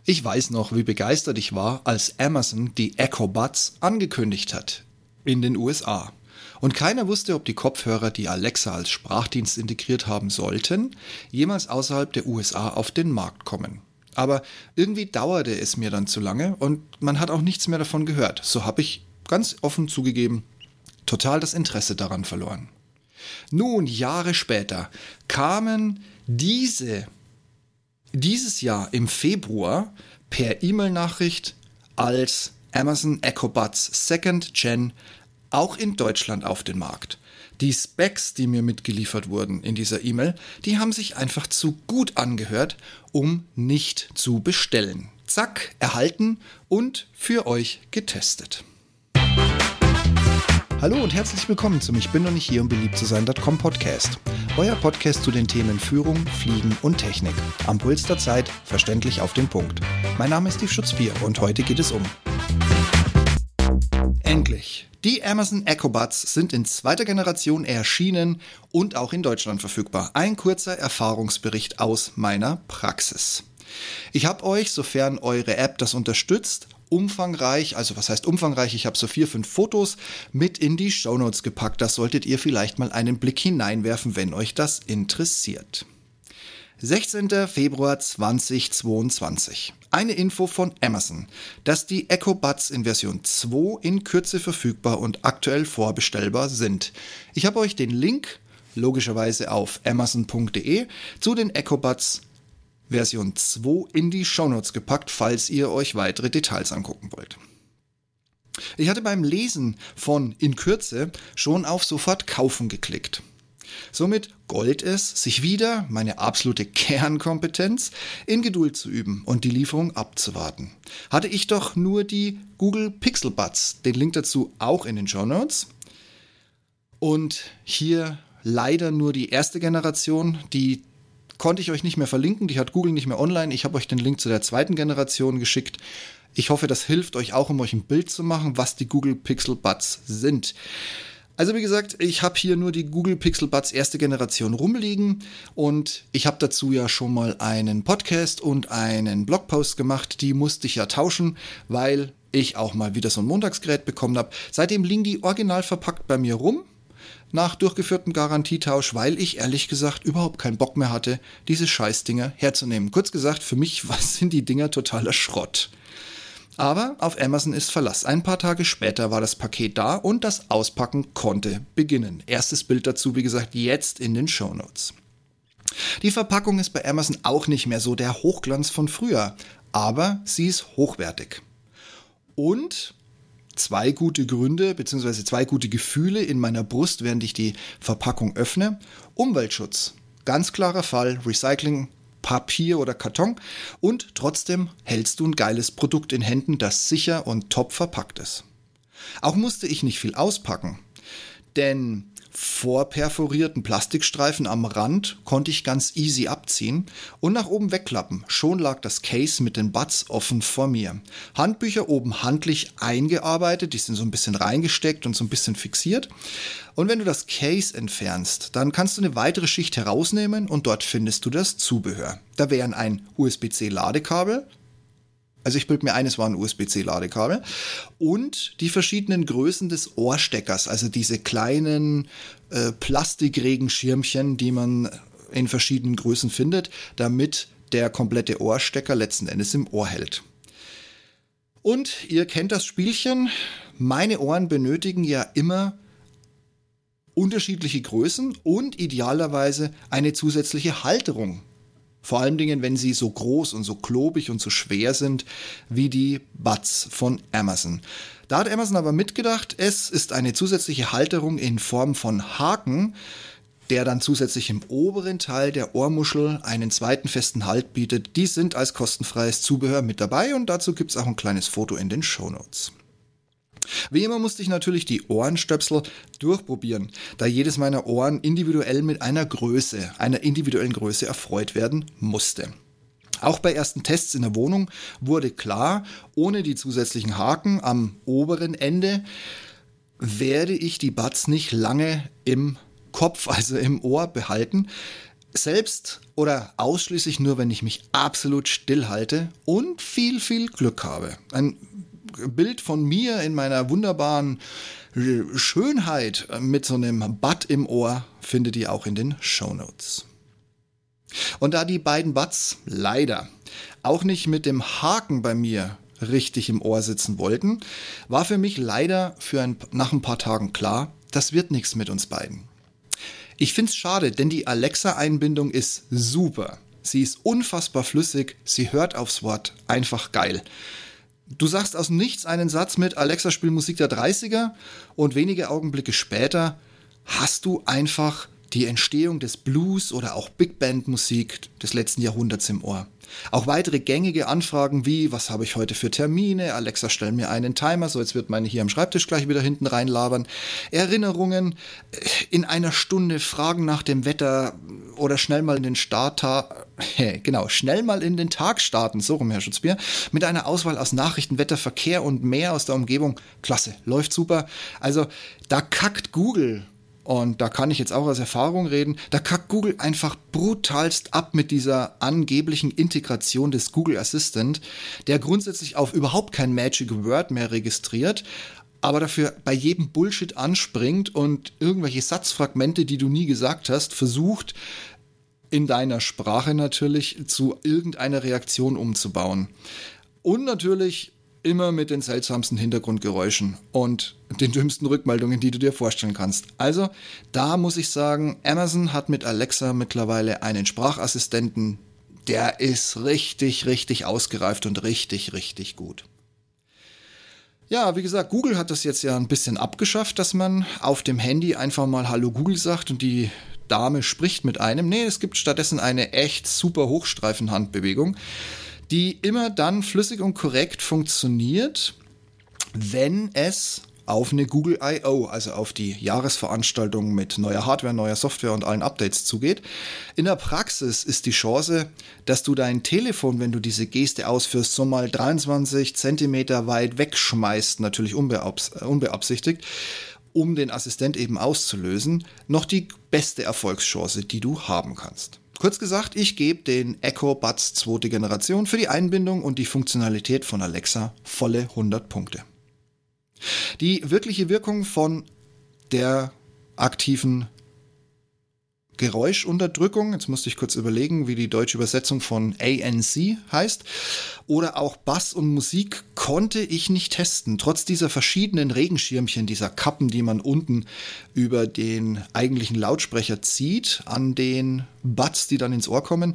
Ich weiß noch, wie begeistert ich war, als Amazon die Echo Buds angekündigt hat in den USA. Und keiner wusste, ob die Kopfhörer, die Alexa als Sprachdienst integriert haben sollten, jemals außerhalb der USA auf den Markt kommen. Aber irgendwie dauerte es mir dann zu lange und man hat auch nichts mehr davon gehört. So habe ich, ganz offen zugegeben, total das Interesse daran verloren. Nun, Jahre später kamen dieses Jahr im Februar per E-Mail-Nachricht als Amazon Echo Buds Second Gen auch in Deutschland auf den Markt. Die Specs, die mir mitgeliefert wurden in dieser E-Mail, die haben sich einfach zu gut angehört, um nicht zu bestellen. Zack, erhalten und für euch getestet. Hallo und herzlich willkommen zum Ich bin noch nicht hier, um beliebt zu sein.com Podcast. Euer Podcast zu den Themen Führung, Fliegen und Technik. Am Puls der Zeit, verständlich auf den Punkt. Mein Name ist Steve Schutz-Bier und heute geht es um endlich! Die Amazon Echo Buds sind in zweiter Generation erschienen und auch in Deutschland verfügbar. Ein kurzer Erfahrungsbericht aus meiner Praxis. Ich habe euch, sofern eure App das unterstützt, umfangreich, also was heißt umfangreich, ich habe so 4-5 Fotos mit in die Shownotes gepackt. Das solltet ihr vielleicht mal einen Blick hineinwerfen, wenn euch das interessiert. 16. Februar 2022. Eine Info von Amazon, dass die Echo Buds in Version 2 in Kürze verfügbar und aktuell vorbestellbar sind. Ich habe euch den Link, logischerweise auf amazon.de, zu den Echo Buds Version 2 in die Shownotes gepackt, falls ihr euch weitere Details angucken wollt. Ich hatte beim Lesen von in Kürze schon auf Sofort kaufen geklickt. Somit gold es, sich wieder, meine absolute Kernkompetenz, in Geduld zu üben und die Lieferung abzuwarten. Hatte ich doch nur die Google Pixel Buds, den Link dazu auch in den Shownotes. Und hier leider nur die erste Generation, die konnte ich euch nicht mehr verlinken, die hat Google nicht mehr online. Ich habe euch den Link zu der zweiten Generation geschickt. Ich hoffe, das hilft euch auch, um euch ein Bild zu machen, was die Google Pixel Buds sind. Also wie gesagt, ich habe hier nur die Google Pixel Buds erste Generation rumliegen und ich habe dazu ja schon mal einen Podcast und einen Blogpost gemacht. Die musste ich ja tauschen, weil ich auch mal wieder so ein Montagsgerät bekommen habe. Seitdem liegen die original verpackt bei mir rum, nach durchgeführtem Garantietausch, weil ich ehrlich gesagt überhaupt keinen Bock mehr hatte, diese Scheißdinger herzunehmen. Kurz gesagt, für mich sind die Dinger totaler Schrott. Aber auf Amazon ist Verlass. Ein paar Tage später war das Paket da und das Auspacken konnte beginnen. Erstes Bild dazu, wie gesagt, jetzt in den Shownotes. Die Verpackung ist bei Amazon auch nicht mehr so der Hochglanz von früher, aber sie ist hochwertig. Und zwei gute Gründe bzw. zwei gute Gefühle in meiner Brust, während ich die Verpackung öffne. Umweltschutz, ganz klarer Fall, Recycling, Papier oder Karton und trotzdem hältst du ein geiles Produkt in Händen, das sicher und top verpackt ist. Auch musste ich nicht viel auspacken, denn vorperforierten Plastikstreifen am Rand konnte ich ganz easy abziehen und nach oben wegklappen. Schon lag das Case mit den Buds offen vor mir. Handbücher oben handlich eingearbeitet, die sind so ein bisschen reingesteckt und so ein bisschen fixiert. Und wenn du das Case entfernst, dann kannst du eine weitere Schicht herausnehmen und dort findest du das Zubehör. Da wären ein USB-C-Ladekabel, also ich bilde mir ein, es war ein USB-C-Ladekabel und die verschiedenen Größen des Ohrsteckers, also diese kleinen Plastikregenschirmchen, die man in verschiedenen Größen findet, damit der komplette Ohrstecker letzten Endes im Ohr hält. Und ihr kennt das Spielchen, meine Ohren benötigen ja immer unterschiedliche Größen und idealerweise eine zusätzliche Halterung. Vor allen Dingen, wenn sie so groß und so klobig und so schwer sind wie die Buds von Amazon. Da hat Amazon aber mitgedacht, es ist eine zusätzliche Halterung in Form von Haken, der dann zusätzlich im oberen Teil der Ohrmuschel einen zweiten festen Halt bietet. Die sind als kostenfreies Zubehör mit dabei und dazu gibt es auch ein kleines Foto in den Shownotes. Wie immer musste ich natürlich die Ohrenstöpsel durchprobieren, da jedes meiner Ohren individuell mit einer individuellen Größe erfreut werden musste. Auch bei ersten Tests in der Wohnung wurde klar, ohne die zusätzlichen Haken am oberen Ende werde ich die Buds nicht lange im Kopf, also im Ohr behalten. Selbst oder ausschließlich nur, wenn ich mich absolut still halte und viel, viel Glück habe. Ein Bild von mir in meiner wunderbaren Schönheit mit so einem Bud im Ohr findet ihr auch in den Shownotes. Und da die beiden Buds leider auch nicht mit dem Haken bei mir richtig im Ohr sitzen wollten, war für mich leider nach ein paar Tagen klar, das wird nichts mit uns beiden. Ich find's schade, denn die Alexa-Einbindung ist super. Sie ist unfassbar flüssig, sie hört aufs Wort, einfach geil. Du sagst aus nichts einen Satz mit Alexa, spiel Musik der 30er und wenige Augenblicke später hast du einfach die Entstehung des Blues oder auch Big Band Musik des letzten Jahrhunderts im Ohr. Auch weitere gängige Anfragen wie, was habe ich heute für Termine? Alexa, stell mir einen Timer, so jetzt wird meine hier am Schreibtisch gleich wieder hinten reinlabern. Erinnerungen, in einer Stunde Fragen nach dem Wetter oder schnell mal in den schnell mal in den Tag starten, so rum, Herr Schutzbier, mit einer Auswahl aus Nachrichten, Wetter, Verkehr und mehr aus der Umgebung. Klasse, läuft super. Also da kackt Google. Und da kann ich jetzt auch aus Erfahrung reden, da kackt Google einfach brutalst ab mit dieser angeblichen Integration des Google Assistant, der grundsätzlich auf überhaupt kein Magic Word mehr registriert, aber dafür bei jedem Bullshit anspringt und irgendwelche Satzfragmente, die du nie gesagt hast, versucht in deiner Sprache natürlich zu irgendeiner Reaktion umzubauen. Und natürlich immer mit den seltsamsten Hintergrundgeräuschen und den dümmsten Rückmeldungen, die du dir vorstellen kannst. Also, da muss ich sagen, Amazon hat mit Alexa mittlerweile einen Sprachassistenten, der ist richtig, richtig ausgereift und richtig, richtig gut. Ja, wie gesagt, Google hat das jetzt ja ein bisschen abgeschafft, dass man auf dem Handy einfach mal Hallo Google sagt und die Dame spricht mit einem. Nee, es gibt stattdessen eine echt super Hochstreifenhandbewegung, die immer dann flüssig und korrekt funktioniert, wenn es auf eine Google I.O., also auf die Jahresveranstaltung mit neuer Hardware, neuer Software und allen Updates zugeht. In der Praxis ist die Chance, dass du dein Telefon, wenn du diese Geste ausführst, so mal 23 Zentimeter weit wegschmeißt, natürlich unbeabsichtigt, um den Assistent eben auszulösen, noch die beste Erfolgschance, die du haben kannst. Kurz gesagt, ich gebe den Echo Buds 2. Generation für die Einbindung und die Funktionalität von Alexa volle 100 Punkte. Die wirkliche Wirkung von der aktiven Geräuschunterdrückung, jetzt musste ich kurz überlegen, wie die deutsche Übersetzung von ANC heißt, oder auch Bass und Musik konnte ich nicht testen. Trotz dieser verschiedenen Regenschirmchen, dieser Kappen, die man unten über den eigentlichen Lautsprecher zieht, an den Buds, die dann ins Ohr kommen.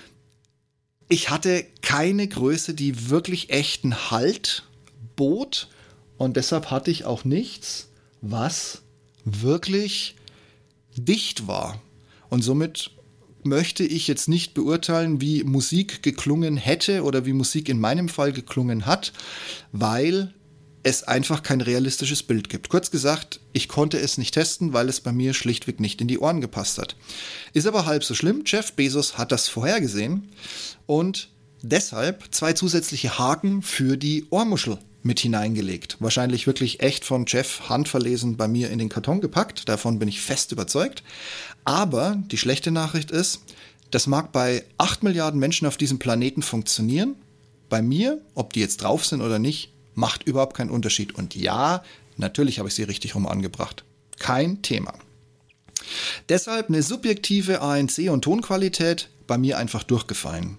Ich hatte keine Größe, die wirklich echten Halt bot und deshalb hatte ich auch nichts, was wirklich dicht war. Und somit möchte ich jetzt nicht beurteilen, wie Musik geklungen hätte oder wie Musik in meinem Fall geklungen hat, weil es einfach kein realistisches Bild gibt. Kurz gesagt, ich konnte es nicht testen, weil es bei mir schlichtweg nicht in die Ohren gepasst hat. Ist aber halb so schlimm. Jeff Bezos hat das vorhergesehen und deshalb 2 zusätzliche Haken für die Ohrmuschel mit hineingelegt. Wahrscheinlich wirklich echt von Jeff handverlesen bei mir in den Karton gepackt. Davon bin ich fest überzeugt. Aber die schlechte Nachricht ist, das mag bei 8 Milliarden Menschen auf diesem Planeten funktionieren. Bei mir, ob die jetzt drauf sind oder nicht, macht überhaupt keinen Unterschied. Und ja, natürlich habe ich sie richtig rum angebracht. Kein Thema. Deshalb eine subjektive ANC- und Tonqualität bei mir einfach durchgefallen.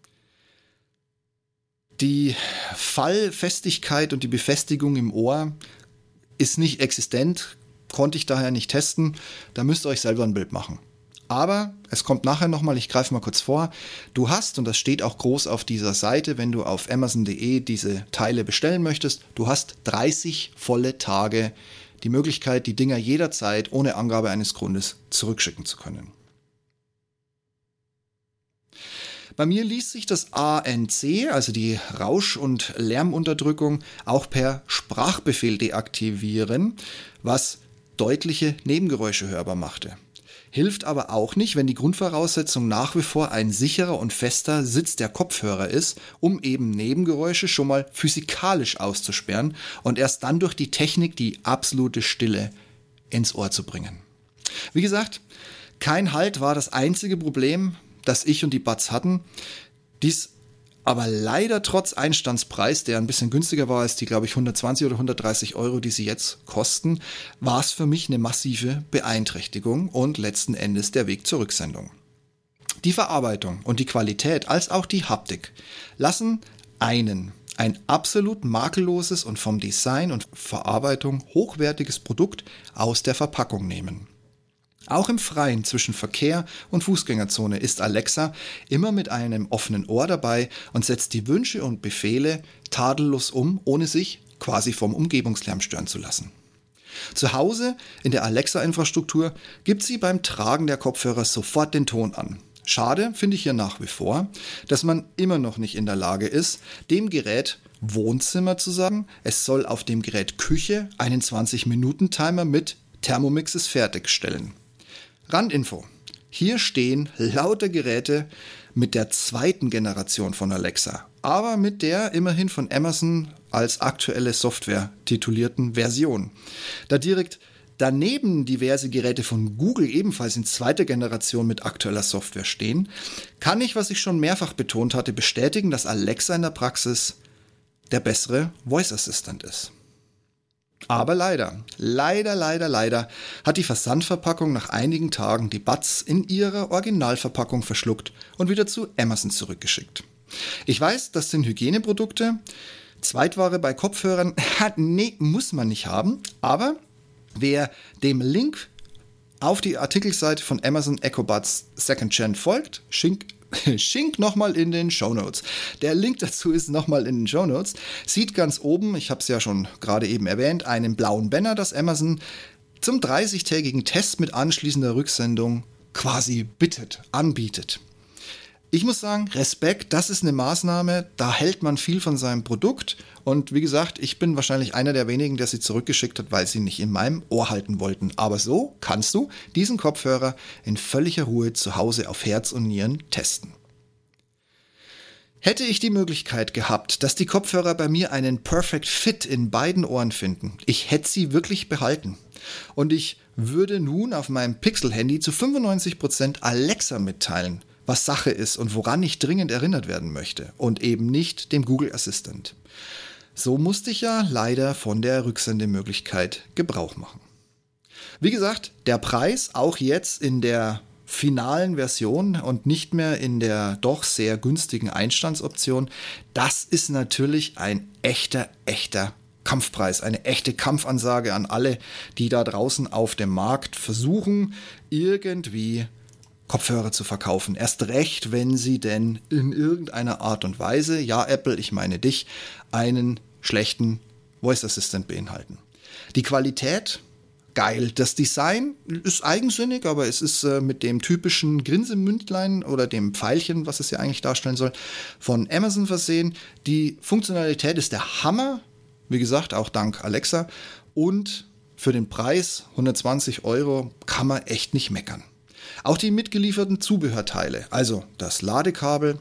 Die Fallfestigkeit und die Befestigung im Ohr ist nicht existent, konnte ich daher nicht testen. Da müsst ihr euch selber ein Bild machen. Aber es kommt nachher nochmal, ich greife mal kurz vor. Du hast, und das steht auch groß auf dieser Seite, wenn du auf amazon.de diese Teile bestellen möchtest, du hast 30 volle Tage die Möglichkeit, die Dinger jederzeit ohne Angabe eines Grundes zurückschicken zu können. Bei mir ließ sich das ANC, also die Rausch- und Lärmunterdrückung, auch per Sprachbefehl deaktivieren, was deutliche Nebengeräusche hörbar machte. Hilft aber auch nicht, wenn die Grundvoraussetzung nach wie vor ein sicherer und fester Sitz der Kopfhörer ist, um eben Nebengeräusche schon mal physikalisch auszusperren und erst dann durch die Technik die absolute Stille ins Ohr zu bringen. Wie gesagt, Kein Halt war das einzige Problem, das ich und die Buds hatten. Dies aber leider trotz Einstandspreis, der ein bisschen günstiger war als die, glaube ich, 120 oder 130 Euro, die sie jetzt kosten, war es für mich eine massive Beeinträchtigung und letzten Endes der Weg zur Rücksendung. Die Verarbeitung und die Qualität als auch die Haptik lassen ein absolut makelloses und vom Design und Verarbeitung hochwertiges Produkt aus der Verpackung nehmen. Auch im Freien zwischen Verkehr und Fußgängerzone ist Alexa immer mit einem offenen Ohr dabei und setzt die Wünsche und Befehle tadellos um, ohne sich quasi vom Umgebungslärm stören zu lassen. Zu Hause in der Alexa-Infrastruktur gibt sie beim Tragen der Kopfhörer sofort den Ton an. Schade finde ich hier nach wie vor, dass man immer noch nicht in der Lage ist, dem Gerät Wohnzimmer zu sagen. Es soll auf dem Gerät Küche einen 20-Minuten-Timer mit Thermomix ist fertigstellen. Randinfo. Hier stehen lauter Geräte mit der zweiten Generation von Alexa, aber mit der immerhin von Amazon als aktuelle Software titulierten Version. Da direkt daneben diverse Geräte von Google ebenfalls in zweiter Generation mit aktueller Software stehen, kann ich, was ich schon mehrfach betont hatte, bestätigen, dass Alexa in der Praxis der bessere Voice Assistant ist. Aber leider hat die Versandverpackung nach einigen Tagen die Buds in ihrer Originalverpackung verschluckt und wieder zu Amazon zurückgeschickt. Ich weiß, das sind Hygieneprodukte, Zweitware bei Kopfhörern, nee, muss man nicht haben, aber wer dem Link auf die Artikelseite von Amazon Echo Buds Second Gen folgt, schink nochmal in den Shownotes. Der Link dazu ist nochmal in den Shownotes. Sieht ganz oben, ich habe es ja schon gerade eben erwähnt, einen blauen Banner, das Amazon zum 30-tägigen Test mit anschließender Rücksendung quasi anbietet. Ich muss sagen, Respekt, das ist eine Maßnahme, da hält man viel von seinem Produkt. Und wie gesagt, ich bin wahrscheinlich einer der wenigen, der sie zurückgeschickt hat, weil sie nicht in meinem Ohr halten wollten. Aber so kannst du diesen Kopfhörer in völliger Ruhe zu Hause auf Herz und Nieren testen. Hätte ich die Möglichkeit gehabt, dass die Kopfhörer bei mir einen Perfect Fit in beiden Ohren finden, ich hätte sie wirklich behalten. Und ich würde nun auf meinem Pixel-Handy zu 95% Alexa mitteilen, was Sache ist und woran ich dringend erinnert werden möchte und eben nicht dem Google Assistant. So musste ich ja leider von der Rücksendemöglichkeit Gebrauch machen. Wie gesagt, der Preis auch jetzt in der finalen Version und nicht mehr in der doch sehr günstigen Einstandsoption, das ist natürlich ein echter Kampfpreis, eine echte Kampfansage an alle, die da draußen auf dem Markt versuchen, irgendwie Kopfhörer zu verkaufen. Erst recht, wenn sie denn in irgendeiner Art und Weise, ja Apple, ich meine dich, einen schlechten Voice Assistant beinhalten. Die Qualität, geil. Das Design ist eigensinnig, aber es ist mit dem typischen Grinsemündlein oder dem Pfeilchen, was es ja eigentlich darstellen soll, von Amazon versehen. Die Funktionalität ist der Hammer, wie gesagt, auch dank Alexa. Und für den Preis 120 Euro kann man echt nicht meckern. Auch die mitgelieferten Zubehörteile, also das Ladekabel,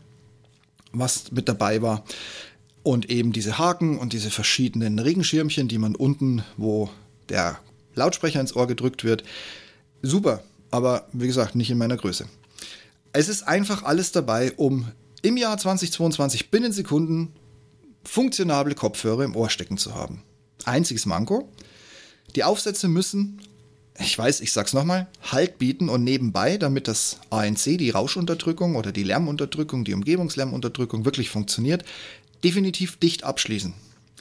was mit dabei war, und eben diese Haken und diese verschiedenen Regenschirmchen, die man unten, wo der Lautsprecher ins Ohr gedrückt wird, super, aber wie gesagt, nicht in meiner Größe. Es ist einfach alles dabei, um im Jahr 2022 binnen Sekunden funktionable Kopfhörer im Ohr stecken zu haben. Einziges Manko: die Aufsätze müssen, ich weiß, ich sag's nochmal, Halt bieten und nebenbei, damit das ANC, die Rauschunterdrückung oder die Lärmunterdrückung, die Umgebungslärmunterdrückung wirklich funktioniert, definitiv dicht abschließen.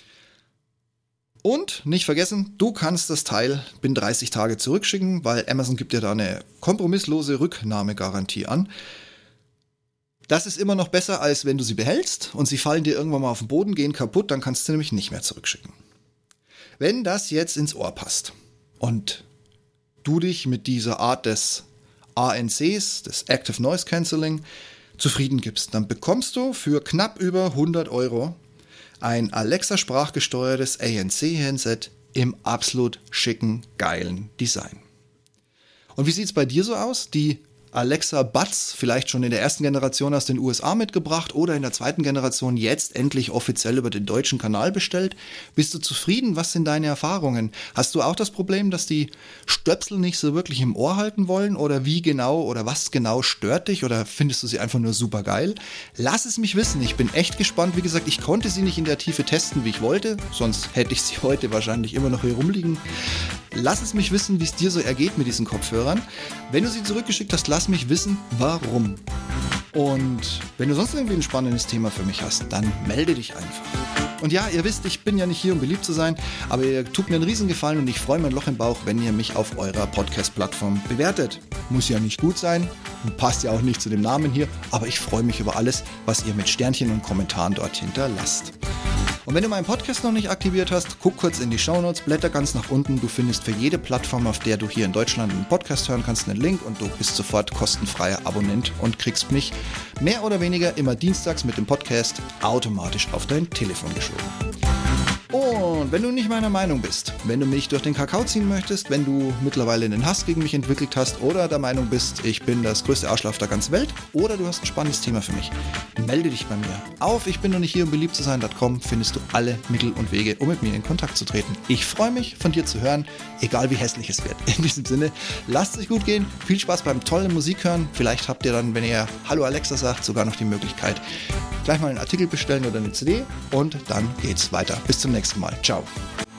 Und nicht vergessen, du kannst das Teil binnen 30 Tage zurückschicken, weil Amazon gibt dir da eine kompromisslose Rücknahmegarantie an. Das ist immer noch besser, als wenn du sie behältst und sie fallen dir irgendwann mal auf den Boden, gehen kaputt, dann kannst du nämlich nicht mehr zurückschicken. Wenn das jetzt ins Ohr passt und du dich mit dieser Art des ANCs, des Active Noise Cancelling, zufrieden gibst, dann bekommst du für knapp über 100 Euro ein Alexa-sprachgesteuertes ANC-Handset im absolut schicken, geilen Design. Und wie sieht es bei dir so aus? Die Alexa Buds, vielleicht schon in der ersten Generation aus den USA mitgebracht oder in der zweiten Generation jetzt endlich offiziell über den deutschen Kanal bestellt. Bist du zufrieden? Was sind deine Erfahrungen? Hast du auch das Problem, dass die Stöpsel nicht so wirklich im Ohr halten wollen? Oder wie genau oder was genau stört dich? Oder findest du sie einfach nur super geil? Lass es mich wissen. Ich bin echt gespannt. Wie gesagt, ich konnte sie nicht in der Tiefe testen, wie ich wollte. Sonst hätte ich sie heute wahrscheinlich immer noch hier rumliegen. Lass es mich wissen, wie es dir so ergeht mit diesen Kopfhörern. Wenn du sie zurückgeschickt hast, lass mich wissen, warum. Und wenn du sonst irgendwie ein spannendes Thema für mich hast, dann melde dich einfach. Und ja, ihr wisst, ich bin ja nicht hier, um beliebt zu sein, aber ihr tut mir einen Riesengefallen und ich freue mir ein Loch im Bauch, wenn ihr mich auf eurer Podcast-Plattform bewertet. Muss ja nicht gut sein, passt ja auch nicht zu dem Namen hier, aber ich freue mich über alles, was ihr mit Sternchen und Kommentaren dort hinterlasst. Und wenn du meinen Podcast noch nicht aktiviert hast, guck kurz in die Shownotes, blätter ganz nach unten. Du findest für jede Plattform, auf der du hier in Deutschland einen Podcast hören kannst, einen Link und du bist sofort kostenfreier Abonnent und kriegst mich mehr oder weniger immer dienstags mit dem Podcast automatisch auf dein Telefon geschoben. Und wenn du nicht meiner Meinung bist, wenn du mich durch den Kakao ziehen möchtest, wenn du mittlerweile einen Hass gegen mich entwickelt hast oder der Meinung bist, ich bin das größte Arschloch auf der ganzen Welt oder du hast ein spannendes Thema für mich, melde dich bei mir. Auf ich bin noch nicht hier, um beliebt zu sein.com findest du alle Mittel und Wege, um mit mir in Kontakt zu treten. Ich freue mich, von dir zu hören, egal wie hässlich es wird. In diesem Sinne, lasst es euch gut gehen, viel Spaß beim tollen Musik hören. Vielleicht habt ihr dann, wenn ihr Hallo Alexa sagt, sogar noch die Möglichkeit, gleich mal einen Artikel bestellen oder eine CD und dann geht's weiter. Bis zum nächsten Mal. Ciao.